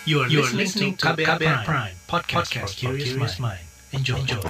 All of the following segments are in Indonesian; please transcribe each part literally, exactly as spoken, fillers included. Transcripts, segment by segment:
You are, you are listening to K B R Prime, podcast, podcast for curious mind. Enjoy. Enjoy.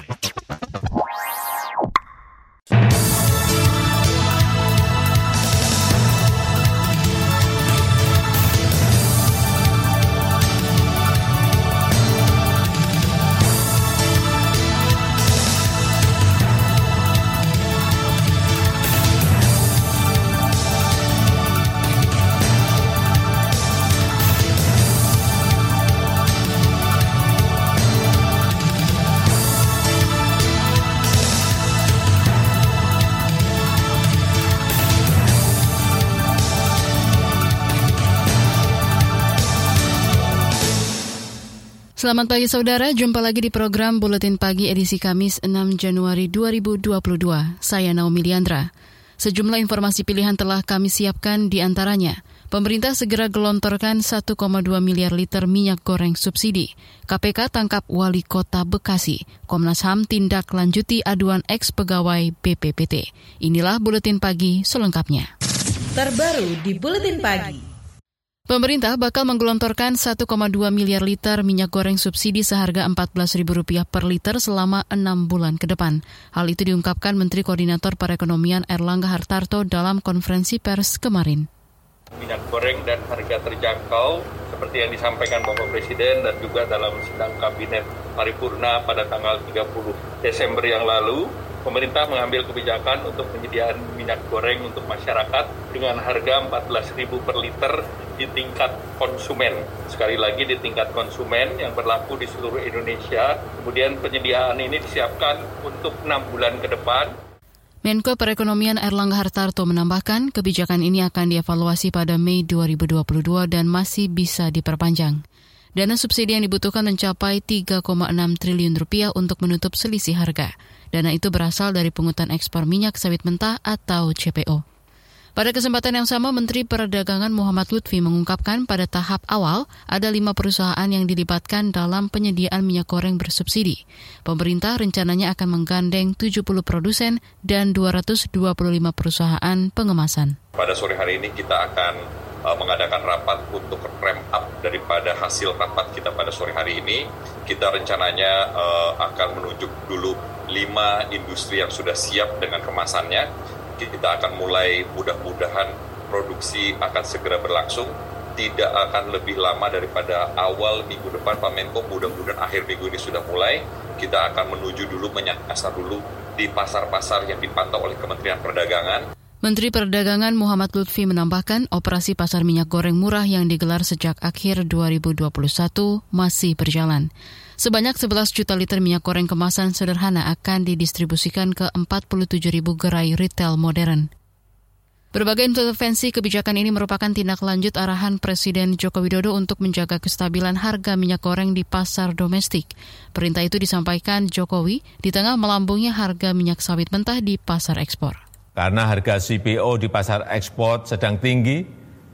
Selamat pagi saudara, jumpa lagi di program Buletin Pagi edisi Kamis enam Januari dua ribu dua puluh dua. Saya Naomi Liandra. Sejumlah informasi pilihan telah kami siapkan, di antaranya pemerintah segera gelontorkan satu koma dua miliar liter minyak goreng subsidi. K P K tangkap wali kota Bekasi. Komnas H A M tindak lanjuti aduan eks-pegawai B P P T. Inilah Buletin Pagi selengkapnya. Terbaru di Buletin Pagi. Pemerintah bakal menggelontorkan satu koma dua miliar liter minyak goreng subsidi seharga empat belas ribu rupiah per liter selama enam bulan ke depan. Hal itu diungkapkan Menteri Koordinator Perekonomian Erlangga Hartarto dalam konferensi pers kemarin. Minyak goreng dan harga terjangkau seperti yang disampaikan Bapak Presiden dan juga dalam sidang Kabinet Paripurna pada tanggal tiga puluh Desember yang lalu. Pemerintah mengambil kebijakan untuk penyediaan minyak goreng untuk masyarakat dengan harga empat belas ribu per liter di tingkat konsumen. Sekali lagi di tingkat konsumen yang berlaku di seluruh Indonesia. Kemudian penyediaan ini disiapkan untuk enam bulan ke depan. Menko Perekonomian Erlangga Hartarto menambahkan kebijakan ini akan dievaluasi pada Mei dua ribu dua puluh dua dan masih bisa diperpanjang. Dana subsidi yang dibutuhkan mencapai tiga koma enam triliun rupiah untuk menutup selisih harga. Dana itu berasal dari pungutan ekspor minyak sawit mentah atau C P O. Pada kesempatan yang sama, Menteri Perdagangan Muhammad Lutfi mengungkapkan pada tahap awal ada lima perusahaan yang dilibatkan dalam penyediaan minyak goreng bersubsidi. Pemerintah rencananya akan menggandeng tujuh puluh produsen dan dua ratus dua puluh lima perusahaan pengemasan. Pada sore hari ini kita akan uh, mengadakan rapat untuk ramp up daripada hasil rapat kita pada sore hari ini. Kita rencananya uh, akan menunjuk dulu lima industri yang sudah siap dengan kemasannya. Kita akan mulai, mudah-mudahan produksi akan segera berlangsung. Tidak akan lebih lama daripada awal minggu depan, Pak Menko. Mudah-mudahan akhir minggu ini sudah mulai. Kita akan menuju dulu, menyasar dulu di pasar-pasar yang dipantau oleh Kementerian Perdagangan. Menteri Perdagangan Muhammad Lutfi menambahkan operasi pasar minyak goreng murah yang digelar sejak akhir dua ribu dua puluh satu masih berjalan. Sebanyak sebelas juta liter minyak goreng kemasan sederhana akan didistribusikan ke empat puluh tujuh ribu gerai retail modern. Berbagai intervensi kebijakan ini merupakan tindak lanjut arahan Presiden Joko Widodo untuk menjaga kestabilan harga minyak goreng di pasar domestik. Perintah itu disampaikan Jokowi di tengah melambungnya harga minyak sawit mentah di pasar ekspor. Karena harga C P O di pasar ekspor sedang tinggi,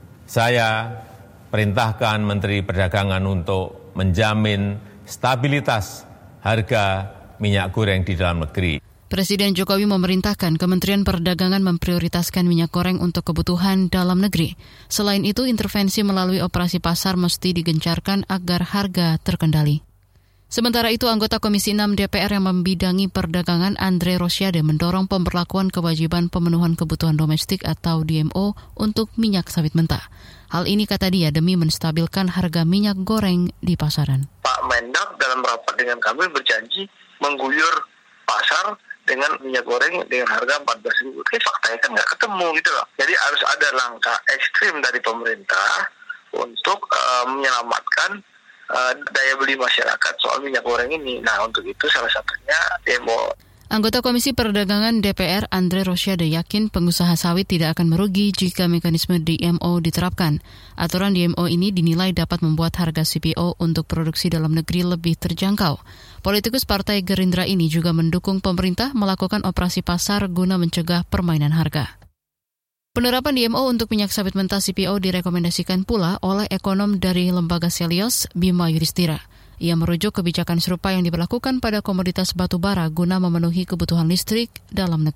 saya perintahkan Menteri Perdagangan untuk menjamin stabilitas harga minyak goreng di dalam negeri. Presiden Jokowi memerintahkan Kementerian Perdagangan memprioritaskan minyak goreng untuk kebutuhan dalam negeri. Selain itu, intervensi melalui operasi pasar mesti digencarkan agar harga terkendali. Sementara itu, anggota Komisi enam D P R yang membidangi perdagangan Andre Rosiade mendorong pemberlakuan kewajiban pemenuhan kebutuhan domestik atau D M O untuk minyak sawit mentah. Hal ini kata dia demi menstabilkan harga minyak goreng di pasaran. Pak Mendak dalam rapat dengan kami berjanji mengguyur pasar dengan minyak goreng dengan harga empat belas ribu. Tapi faktanya kan nggak ketemu gitu loh. Jadi harus ada langkah ekstrim dari pemerintah untuk uh, menyelamatkan Uh, daya beli masyarakat soal minyak goreng ini. Nah, untuk itu salah satunya demo. Anggota Komisi Perdagangan D P R Andre Rosiade yakin pengusaha sawit tidak akan merugi jika mekanisme D M O diterapkan. Aturan D M O ini dinilai dapat membuat harga C P O untuk produksi dalam negeri lebih terjangkau. Politikus Partai Gerindra ini juga mendukung pemerintah melakukan operasi pasar guna mencegah permainan harga. Penerapan D M O untuk minyak sawit mentah C P O direkomendasikan pula oleh ekonom dari Lembaga Selios, Bima Yudhistira. Ia merujuk kebijakan serupa yang diberlakukan pada komoditas batu bara guna memenuhi kebutuhan listrik dalam negeri.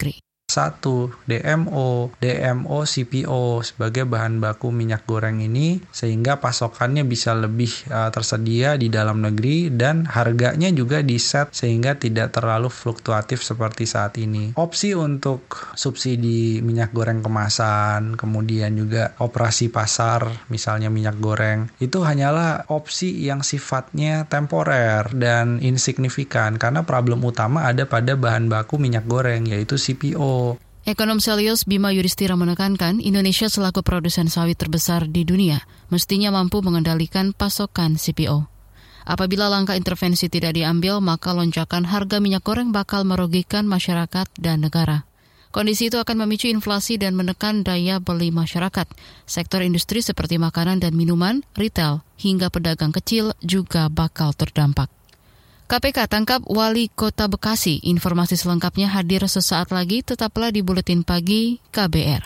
satu, D M O, D M O, C P O sebagai bahan baku minyak goreng ini sehingga pasokannya bisa lebih uh, tersedia di dalam negeri dan harganya juga diset sehingga tidak terlalu fluktuatif seperti saat ini. Opsi untuk subsidi minyak goreng kemasan, kemudian juga operasi pasar misalnya minyak goreng, itu hanyalah opsi yang sifatnya temporer dan insignifikan karena problem utama ada pada bahan baku minyak goreng yaitu C P O. Ekonom Selyos Bima Yudhistira menekankan Indonesia selaku produsen sawit terbesar di dunia mestinya mampu mengendalikan pasokan C P O. Apabila langkah intervensi tidak diambil, maka lonjakan harga minyak goreng bakal merugikan masyarakat dan negara. Kondisi itu akan memicu inflasi dan menekan daya beli masyarakat. Sektor industri seperti makanan dan minuman, retail, hingga pedagang kecil juga bakal terdampak. K P K tangkap Wali Kota Bekasi. Informasi selengkapnya hadir sesaat lagi, tetaplah di Buletin Pagi K B R.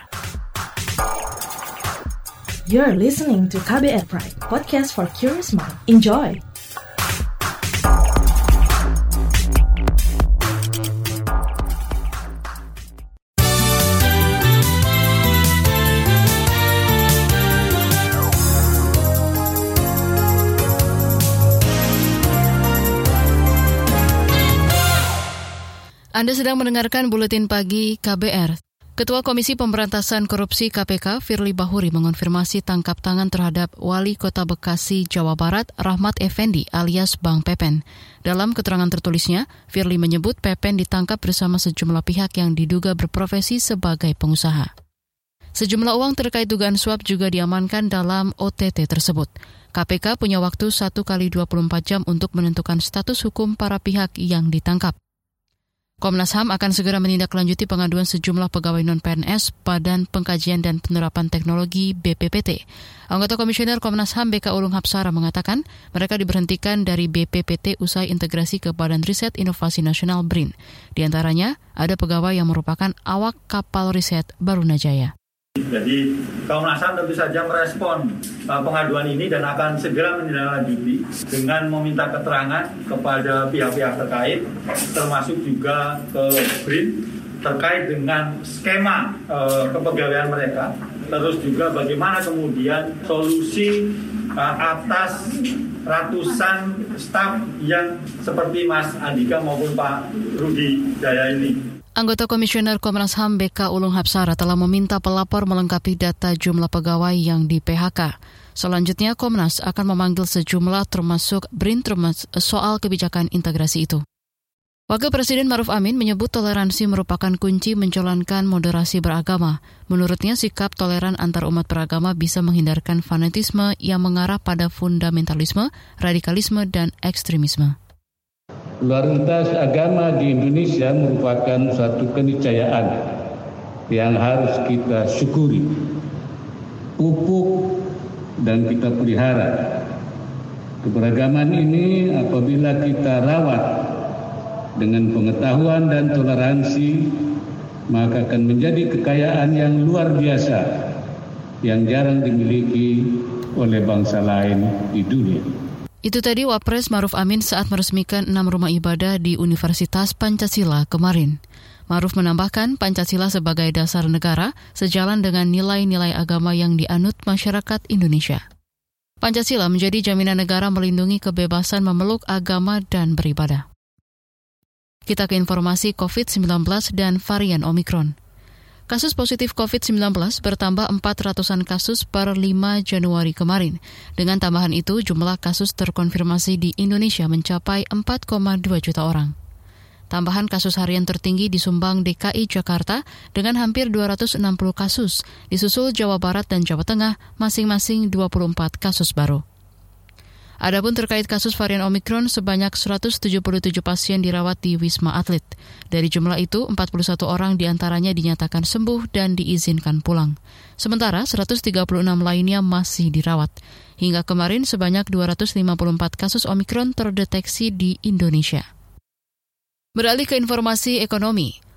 You're listening to K B R Prime, podcast for curious mind. Enjoy! Anda sedang mendengarkan Buletin Pagi K B R. Ketua Komisi Pemberantasan Korupsi K P K, Firly Bahuri, mengonfirmasi tangkap tangan terhadap Wali Kota Bekasi, Jawa Barat, Rahmat Effendi alias Bang Pepen. Dalam keterangan tertulisnya, Firly menyebut Pepen ditangkap bersama sejumlah pihak yang diduga berprofesi sebagai pengusaha. Sejumlah uang terkait dugaan suap juga diamankan dalam O T T tersebut. K P K punya waktu satu kali dua puluh empat jam untuk menentukan status hukum para pihak yang ditangkap. Komnas H A M akan segera menindaklanjuti pengaduan sejumlah pegawai non-P N S Badan Pengkajian dan Penerapan Teknologi B P P T. Anggota Komisioner Komnas H A M B K Ulung Hapsara mengatakan mereka diberhentikan dari B P P T usai integrasi ke Badan Riset Inovasi Nasional B R I N. Di antaranya ada pegawai yang merupakan awak kapal riset Barunajaya. Jadi Komnas H A M tentu saja merespon uh, pengaduan ini dan akan segera menindaklanjuti dengan meminta keterangan kepada pihak-pihak terkait, termasuk juga ke B R I N terkait dengan skema uh, kepegawaian mereka, terus juga bagaimana kemudian solusi uh, atas ratusan staf yang seperti Mas Andika maupun Pak Rudi Jaya ini. Anggota Komisioner Komnas H A M B K Ulung Hapsara telah meminta pelapor melengkapi data jumlah pegawai yang di P H K. Selanjutnya, Komnas akan memanggil sejumlah termasuk B R I N termasuk soal kebijakan integrasi itu. Wakil Presiden Maruf Amin menyebut toleransi merupakan kunci menjalankan moderasi beragama. Menurutnya, sikap toleran antar umat beragama bisa menghindarkan fanatisme yang mengarah pada fundamentalisme, radikalisme, dan ekstremisme. Pluralitas agama di Indonesia merupakan suatu keniscayaan yang harus kita syukuri, pupuk, dan kita pelihara. Keberagaman ini apabila kita rawat dengan pengetahuan dan toleransi, maka akan menjadi kekayaan yang luar biasa yang jarang dimiliki oleh bangsa lain di dunia. Itu tadi Wapres Maruf Amin saat meresmikan enam rumah ibadah di Universitas Pancasila kemarin. Maruf menambahkan Pancasila sebagai dasar negara sejalan dengan nilai-nilai agama yang dianut masyarakat Indonesia. Pancasila menjadi jaminan negara melindungi kebebasan memeluk agama dan beribadah. Kita ke informasi covid sembilan belas dan varian Omikron. Kasus positif covid sembilan belas bertambah empat ratusan kasus per lima Januari kemarin. Dengan tambahan itu, jumlah kasus terkonfirmasi di Indonesia mencapai empat koma dua juta orang. Tambahan kasus harian tertinggi disumbang D K I Jakarta dengan hampir dua ratus enam puluh kasus, disusul Jawa Barat dan Jawa Tengah masing-masing dua puluh empat kasus baru. Adapun terkait kasus varian Omikron, sebanyak seratus tujuh puluh tujuh pasien dirawat di Wisma Atlet. Dari jumlah itu, empat puluh satu orang diantaranya dinyatakan sembuh dan diizinkan pulang. Sementara seratus tiga puluh enam lainnya masih dirawat. Hingga kemarin, sebanyak dua ratus lima puluh empat kasus Omikron terdeteksi di Indonesia. Beralih ke informasi ekonomi.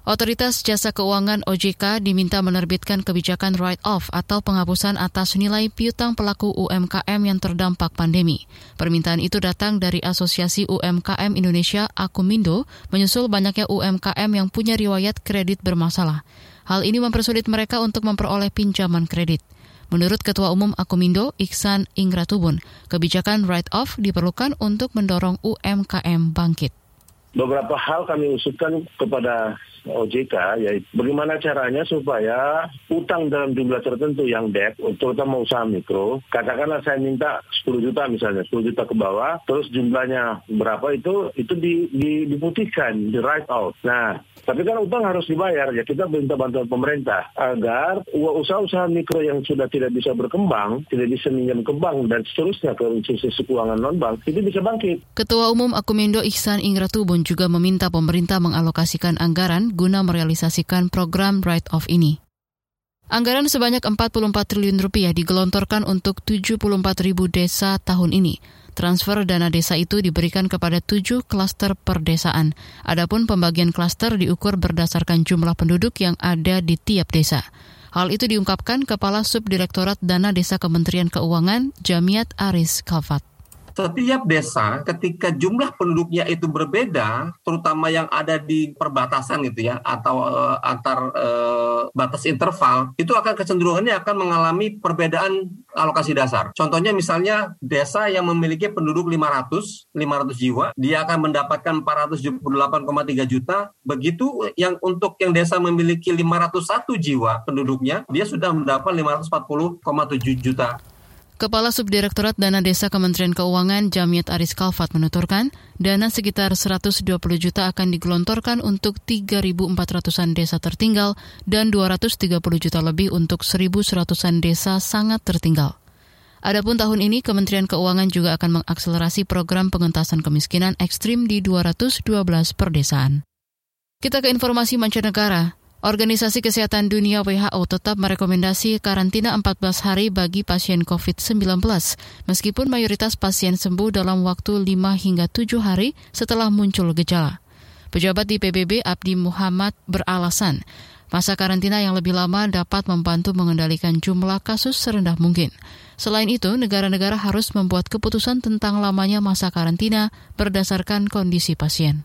Otoritas Jasa Keuangan O J K diminta menerbitkan kebijakan write-off atau penghapusan atas nilai piutang pelaku U M K M yang terdampak pandemi. Permintaan itu datang dari Asosiasi U M K M Indonesia Akumindo, menyusul banyaknya U M K M yang punya riwayat kredit bermasalah. Hal ini mempersulit mereka untuk memperoleh pinjaman kredit. Menurut Ketua Umum Akumindo, Iksan Ingratubun, kebijakan write-off diperlukan untuk mendorong U M K M bangkit. Beberapa hal kami usulkan kepada O J K, yaitu bagaimana caranya supaya utang dalam jumlah tertentu yang debt, terutama usaha mikro, katakanlah saya minta sepuluh juta misalnya, sepuluh juta ke bawah, terus jumlahnya berapa itu itu di, di, diputihkan, di write out. Nah, tapi kan utang harus dibayar, ya kita minta bantuan pemerintah agar usaha-usaha mikro yang sudah tidak bisa berkembang, tidak bisa minjam ke bank dan seterusnya ke institusi keuangan non-bank, itu bisa bangkit. Ketua Umum Akumindo Iksan Ingratubun juga meminta pemerintah mengalokasikan anggaran guna merealisasikan program write-off ini. Anggaran sebanyak empat puluh empat triliun rupiah digelontorkan untuk tujuh puluh empat ribu desa tahun ini. Transfer dana desa itu diberikan kepada tujuh klaster perdesaan. Adapun pembagian klaster diukur berdasarkan jumlah penduduk yang ada di tiap desa. Hal itu diungkapkan Kepala Subdirektorat Dana Desa Kementerian Keuangan, Jamiat Aris Kalfat. Setiap desa ketika jumlah penduduknya itu berbeda, terutama yang ada di perbatasan gitu ya, atau uh, antar uh, batas interval, itu akan kecenderungannya akan mengalami perbedaan alokasi dasar. Contohnya misalnya desa yang memiliki penduduk lima ratus jiwa, dia akan mendapatkan empat ratus tujuh puluh delapan koma tiga juta. Begitu yang untuk yang desa memiliki lima ratus satu jiwa penduduknya, dia sudah mendapat lima ratus empat puluh koma tujuh juta. Kepala Subdirektorat Dana Desa Kementerian Keuangan Jamiat Aris Kalfat menuturkan, dana sekitar seratus dua puluh juta akan digelontorkan untuk tiga ribu empat ratusan desa tertinggal dan dua ratus tiga puluh juta lebih untuk seribu seratusan desa sangat tertinggal. Adapun tahun ini, Kementerian Keuangan juga akan mengakselerasi program pengentasan kemiskinan ekstrim di dua ratus dua belas perdesaan. Kita ke informasi mancanegara. Organisasi Kesehatan Dunia W H O tetap merekomendasi karantina empat belas hari bagi pasien covid sembilan belas, meskipun mayoritas pasien sembuh dalam waktu lima hingga tujuh hari setelah muncul gejala. Pejabat di P B B Abdi Muhammad beralasan, masa karantina yang lebih lama dapat membantu mengendalikan jumlah kasus serendah mungkin. Selain itu, negara-negara harus membuat keputusan tentang lamanya masa karantina berdasarkan kondisi pasien.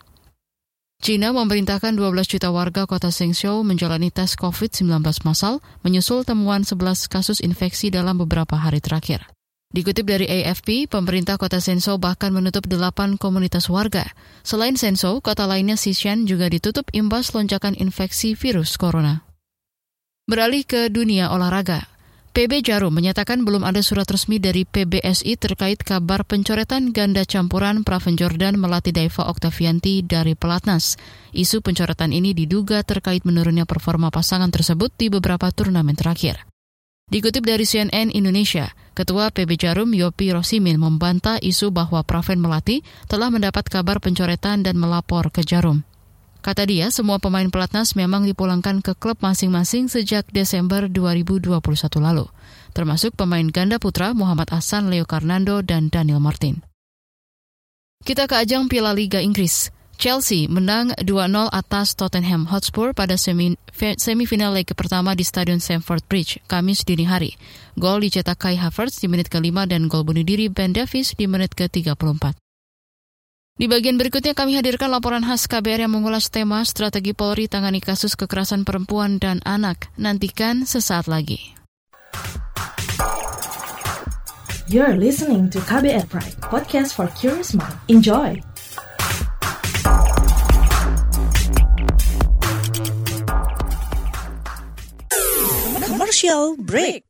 China memerintahkan dua belas juta warga kota Zhengzhou menjalani tes covid sembilan belas massal, menyusul temuan sebelas kasus infeksi dalam beberapa hari terakhir. Dikutip dari A F P, pemerintah kota Zhengzhou bahkan menutup delapan komunitas warga. Selain Zhengzhou, kota lainnya Xi'an juga ditutup imbas lonjakan infeksi virus corona. Beralih ke dunia olahraga. P B Jarum menyatakan belum ada surat resmi dari P B S I terkait kabar pencoretan ganda campuran Praven Jordan melatih Daiva Oktavianti dari pelatnas. Isu pencoretan ini diduga terkait menurunnya performa pasangan tersebut di beberapa turnamen terakhir. Dikutip dari C N N Indonesia, Ketua P B Jarum Yopi Rosimin membantah isu bahwa Praven Melati telah mendapat kabar pencoretan dan melapor ke Jarum. Kata dia, semua pemain pelatnas memang dipulangkan ke klub masing-masing sejak Desember dua ribu dua puluh satu lalu, termasuk pemain ganda putra Muhammad Ahsan, Leo Karnando, dan Daniel Martin. Kita ke ajang Piala Liga Inggris. Chelsea menang dua nol atas Tottenham Hotspur pada semi, semifinal leg pertama di Stadion Stamford Bridge, Kamis dini hari. Gol dicetak Kai Havertz di menit kelima dan gol bunuh diri Ben Davies di menit ke tiga puluh empat. Di bagian berikutnya kami hadirkan laporan khas K B R yang mengulas tema strategi Polri tangani kasus kekerasan perempuan dan anak. Nantikan sesaat lagi. You're listening to K B R Pride, podcast for curious mind. Enjoy! Commercial break.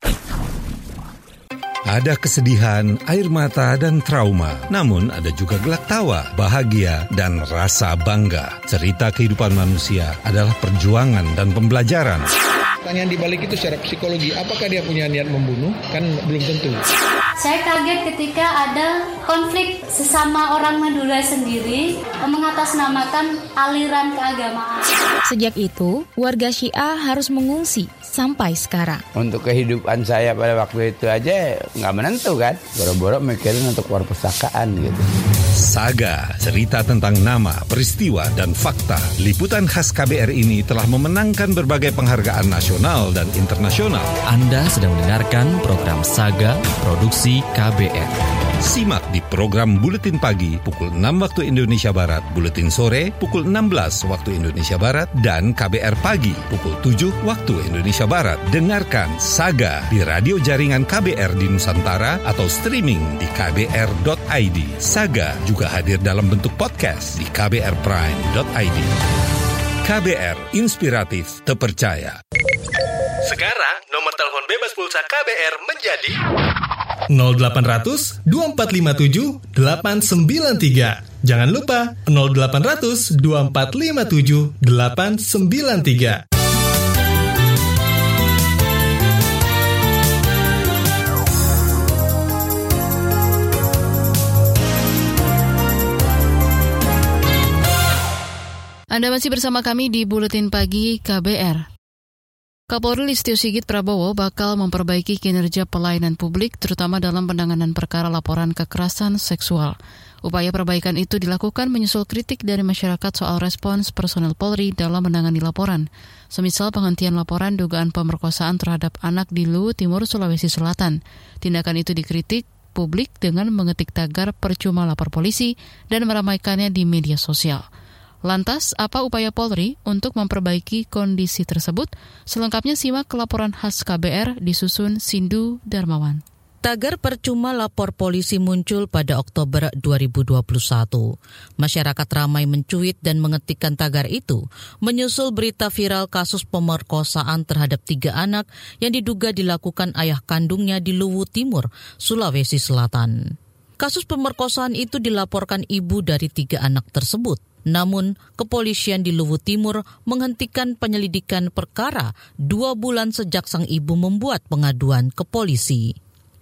Ada kesedihan, air mata, dan trauma. Namun ada juga gelak tawa, bahagia, dan rasa bangga. Cerita kehidupan manusia adalah perjuangan dan pembelajaran. Pertanyaan di balik itu secara psikologi, apakah dia punya niat membunuh? Kan belum tentu. Saya kaget ketika ada konflik sesama orang Madura sendiri mengatasnamakan aliran keagamaan. Sejak itu, warga Syiah harus mengungsi sampai sekarang. Untuk kehidupan saya pada waktu itu aja nggak menentu kan. Boro-boro mikirin untuk perpustakaan gitu. Saga, cerita tentang nama, peristiwa, dan fakta. Liputan khas K B R ini telah memenangkan berbagai penghargaan nasional dan internasional. Anda sedang mendengarkan program Saga Produksi K B R. Simak di program Buletin Pagi pukul enam waktu Indonesia Barat, Buletin Sore pukul enam belas waktu Indonesia Barat, dan K B R Pagi pukul tujuh waktu Indonesia Barat. Dengarkan Saga di radio jaringan K B R di Nusantara atau streaming di k b r dot i d. Saga juga hadir dalam bentuk podcast di k b r prime dot i d. K B R, inspiratif, terpercaya. Sekarang nomor telepon bebas pulsa K B R menjadi nol delapan ratus dua empat lima tujuh delapan sembilan tiga. Jangan lupa nol delapan ratus dua empat lima tujuh delapan sembilan tiga. Anda masih bersama kami di Buletin Pagi K B R. Kapolri Listio Sigit Prabowo bakal memperbaiki kinerja pelayanan publik, terutama dalam penanganan perkara laporan kekerasan seksual. Upaya perbaikan itu dilakukan menyusul kritik dari masyarakat soal respons personel Polri dalam menangani laporan. Semisal penghentian laporan dugaan pemerkosaan terhadap anak di Luwu Timur, Sulawesi Selatan. Tindakan itu dikritik publik dengan mengetik tagar percuma lapor polisi dan meramaikannya di media sosial. Lantas, apa upaya Polri untuk memperbaiki kondisi tersebut? Selengkapnya simak laporan khas K B R disusun Sindu Darmawan. Tagar percuma lapor polisi muncul pada Oktober dua ribu dua puluh satu. Masyarakat ramai mencuit dan mengetikkan tagar itu, menyusul berita viral kasus pemerkosaan terhadap tiga anak yang diduga dilakukan ayah kandungnya di Luwu Timur, Sulawesi Selatan. Kasus pemerkosaan itu dilaporkan ibu dari tiga anak tersebut. Namun, kepolisian di Luwu Timur menghentikan penyelidikan perkara dua bulan sejak sang ibu membuat pengaduan ke polisi.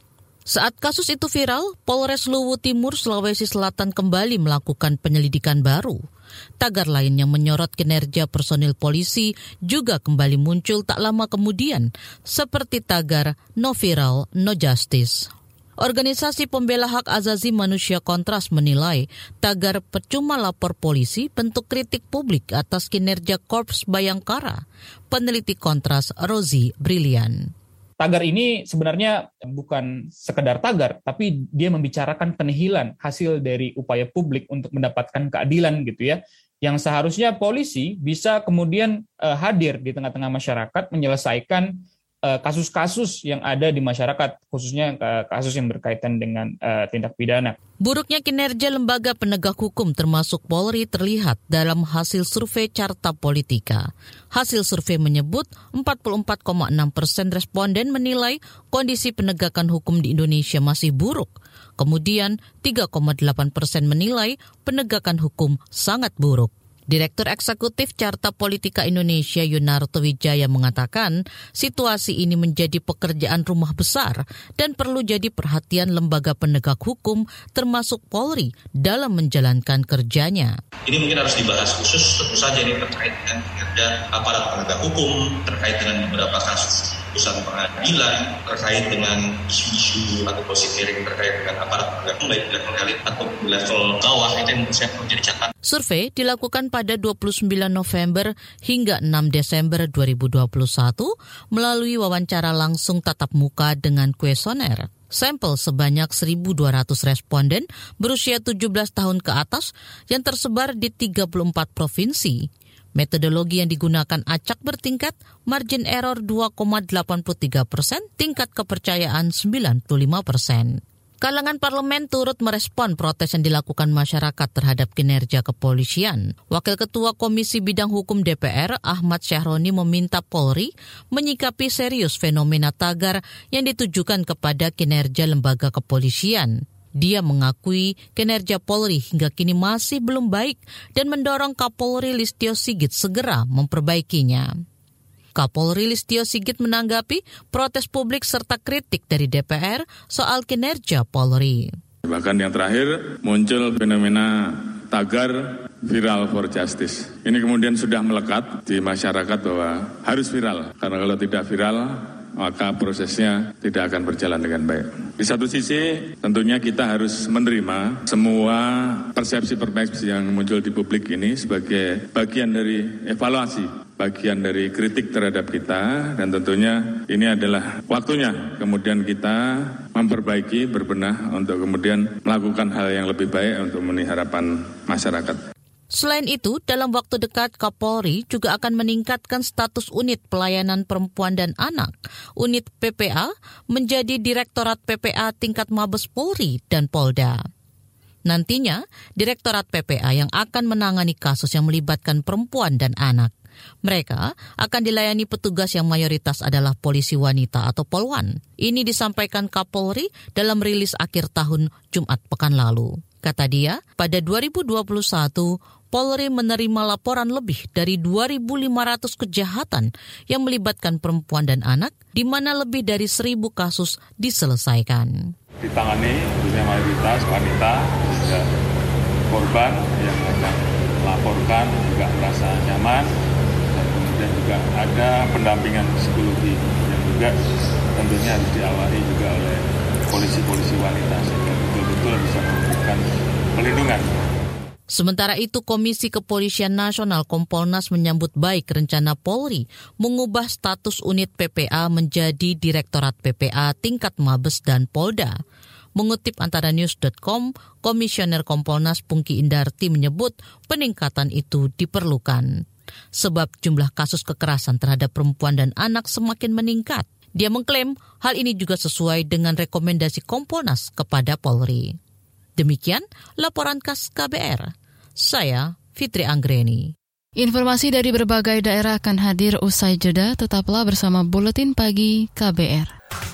Saat kasus itu viral, Polres Luwu Timur, Sulawesi Selatan kembali melakukan penyelidikan baru. Tagar lain yang menyorot kinerja personil polisi juga kembali muncul tak lama kemudian, seperti tagar No Viral, No Justice. Organisasi pembela hak asasi manusia Kontras menilai tagar percuma lapor polisi bentuk kritik publik atas kinerja Korps Bayangkara. Peneliti Kontras Rozi Brilian. Tagar ini sebenarnya bukan sekedar tagar, tapi dia membicarakan penihilan hasil dari upaya publik untuk mendapatkan keadilan gitu ya. Yang seharusnya polisi bisa kemudian uh, hadir di tengah-tengah masyarakat menyelesaikan kasus-kasus yang ada di masyarakat, khususnya kasus yang berkaitan dengan uh, tindak pidana. Buruknya kinerja lembaga penegak hukum termasuk Polri terlihat dalam hasil survei Carta Politika. Hasil survei menyebut empat puluh empat koma enam persen responden menilai kondisi penegakan hukum di Indonesia masih buruk. Kemudian tiga koma delapan persen menilai penegakan hukum sangat buruk. Direktur Eksekutif Carta Politika Indonesia Yunarto Wijaya mengatakan situasi ini menjadi pekerjaan rumah besar dan perlu jadi perhatian lembaga penegak hukum termasuk Polri dalam menjalankan kerjanya. Ini mungkin harus dibahas khusus, tentu saja ini terkait dengan kinerja aparat penegak hukum, terkait dengan beberapa kasus putusan pengadilan, terkait dengan isu-isu atau posisi hearing terkait dengan aparat penegak hukum baik di level elit atau di level bawah, itu yang menurut saya perlu jadi catatan. Survei dilakukan pada dua puluh sembilan November hingga enam Desember dua ribu dua puluh satu melalui wawancara langsung tatap muka dengan kuesioner. Sampel sebanyak seribu dua ratus responden berusia tujuh belas tahun ke atas yang tersebar di tiga puluh empat provinsi. Metodologi yang digunakan acak bertingkat, margin error dua koma delapan tiga persen, tingkat kepercayaan sembilan puluh lima persen. Kalangan parlemen turut merespon protes yang dilakukan masyarakat terhadap kinerja kepolisian. Wakil Ketua Komisi Bidang Hukum D P R, Ahmad Syahroni, meminta Polri menyikapi serius fenomena tagar yang ditujukan kepada kinerja lembaga kepolisian. Dia mengakui kinerja Polri hingga kini masih belum baik dan mendorong Kapolri Listio Sigit segera memperbaikinya. Kapolri Listio Sigit menanggapi protes publik serta kritik dari D P R soal kinerja Polri. Bahkan yang terakhir muncul fenomena tagar viral for justice. Ini kemudian sudah melekat di masyarakat bahwa harus viral, karena kalau tidak viral maka prosesnya tidak akan berjalan dengan baik. Di satu sisi tentunya kita harus menerima semua persepsi-persepsi yang muncul di publik ini sebagai bagian dari evaluasi, bagian dari kritik terhadap kita, dan tentunya ini adalah waktunya kemudian kita memperbaiki, berbenah untuk kemudian melakukan hal yang lebih baik untuk memenuhi harapan masyarakat. Selain itu, dalam waktu dekat Kapolri juga akan meningkatkan status unit pelayanan perempuan dan anak, unit P P A, menjadi Direktorat P P A tingkat Mabes Polri dan Polda. Nantinya, Direktorat P P A yang akan menangani kasus yang melibatkan perempuan dan anak. Mereka akan dilayani petugas yang mayoritas adalah polisi wanita atau Polwan. Ini disampaikan Kapolri dalam rilis akhir tahun Jumat pekan lalu. Kata dia, pada dua ribu dua puluh satu, Polri menerima laporan lebih dari dua ribu lima ratus kejahatan yang melibatkan perempuan dan anak, di mana lebih dari seribu kasus diselesaikan. Ditangani tentunya mayoritas wanita, juga korban yang akan melaporkan juga merasa nyaman, dan kemudian juga ada pendampingan psikologi yang juga tentunya harus diawali juga oleh polisi-polisi wanita sehingga betul-betul bisa memberikan pelindungan. Sementara itu, Komisi Kepolisian Nasional Kompolnas menyambut baik rencana Polri mengubah status unit P P A menjadi Direktorat P P A tingkat Mabes dan Polda. Mengutip antara news dot com, Komisioner Kompolnas Pungki Indarti menyebut peningkatan itu diperlukan. Sebab jumlah kasus kekerasan terhadap perempuan dan anak semakin meningkat. Dia mengklaim hal ini juga sesuai dengan rekomendasi Kompolnas kepada Polri. Demikian laporan khas K B R. Saya Fitri Anggreni. Informasi dari berbagai daerah akan hadir usai jeda. Tetaplah bersama Buletin Pagi K B R.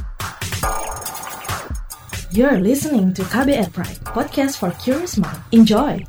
You're listening to K B R Pride, podcast for curious mind. Enjoy!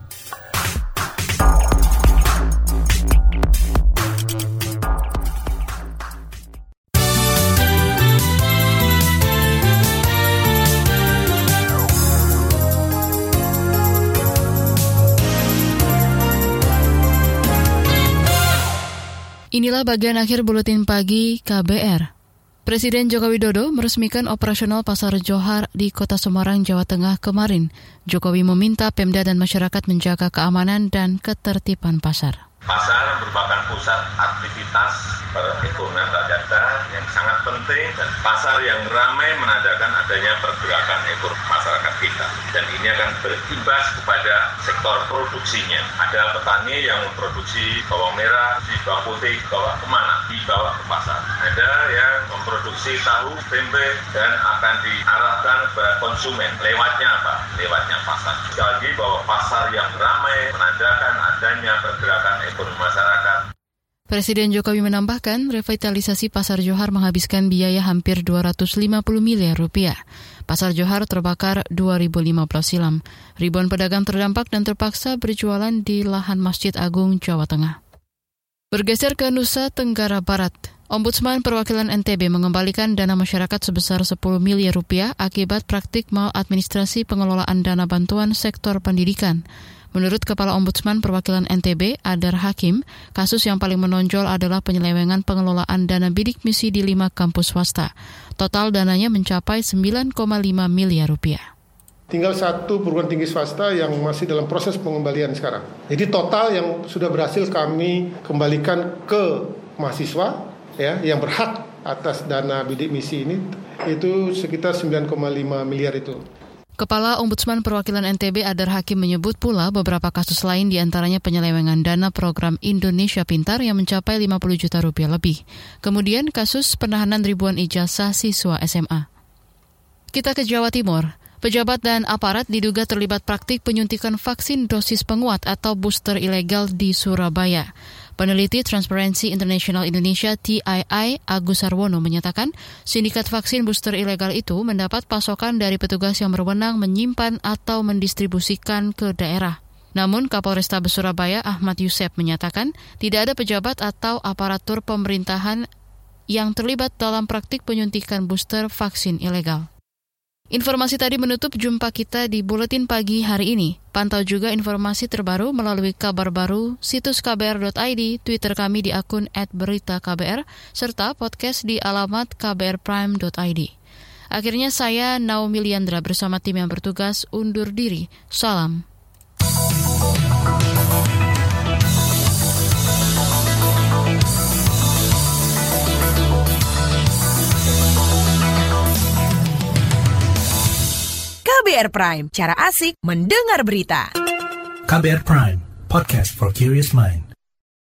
Inilah bagian akhir Buletin Pagi K B R. Presiden Joko Widodo meresmikan operasional Pasar Johar di Kota Semarang, Jawa Tengah kemarin. Jokowi meminta Pemda dan masyarakat menjaga keamanan dan ketertiban pasar. Pasar merupakan pusat aktivitas perekonomian rakyat yang sangat penting, dan pasar yang ramai menandakan adanya pergerakan ekonomi masyarakat kita. Dan ini akan berimbas kepada sektor produksinya. Ada petani yang memproduksi bawang merah, di bawang putih, bawa kemana? Dibawa ke pasar. Ada yang memproduksi tahu, tempe, dan akan diarahkan ke konsumen. Lewatnya apa? Lewatnya pasar. Sekali lagi bahwa pasar yang ramai menandakan adanya pergerakan ekonomi masyarakat. Presiden Jokowi menambahkan, revitalisasi Pasar Johar menghabiskan biaya hampir dua ratus lima puluh miliar rupiah. Pasar Johar terbakar dua ribu lima belas silam. Ribuan pedagang terdampak dan terpaksa berjualan di lahan Masjid Agung, Jawa Tengah. Bergeser ke Nusa Tenggara Barat, Ombudsman Perwakilan N T B mengembalikan dana masyarakat sebesar sepuluh miliar rupiah akibat praktik maladministrasi pengelolaan dana bantuan sektor pendidikan. Menurut Kepala Ombudsman Perwakilan N T B, Adar Hakim, kasus yang paling menonjol adalah penyelewengan pengelolaan dana bidik misi di lima kampus swasta. Total dananya mencapai sembilan koma lima miliar rupiah. Tinggal satu perguruan tinggi swasta yang masih dalam proses pengembalian sekarang. Jadi total yang sudah berhasil kami kembalikan ke mahasiswa ya yang berhak atas dana bidik misi ini itu sekitar sembilan koma lima miliar itu. Kepala Ombudsman Perwakilan N T B Adar Hakim menyebut pula beberapa kasus lain diantaranya penyelewengan dana program Indonesia Pintar yang mencapai lima puluh juta rupiah lebih. Kemudian kasus penahanan ribuan ijazah siswa S M A. Kita ke Jawa Timur. Pejabat dan aparat diduga terlibat praktik penyuntikan vaksin dosis penguat atau booster ilegal di Surabaya. Peneliti Transparency International Indonesia T I I Agus Sarwono menyatakan sindikat vaksin booster ilegal itu mendapat pasokan dari petugas yang berwenang menyimpan atau mendistribusikan ke daerah. Namun Kapolrestabes Surabaya Ahmad Yusef menyatakan tidak ada pejabat atau aparatur pemerintahan yang terlibat dalam praktik penyuntikan booster vaksin ilegal. Informasi tadi menutup jumpa kita di Buletin Pagi hari ini. Pantau juga informasi terbaru melalui kabar baru, situs k b r dot i d, Twitter kami di akun et berita k b r, serta podcast di alamat k b r prime dot i d. Akhirnya saya, Naomi Liandra, bersama tim yang bertugas undur diri. Salam. K B R Prime, cara asik mendengar berita. K B R Prime, podcast for curious mind.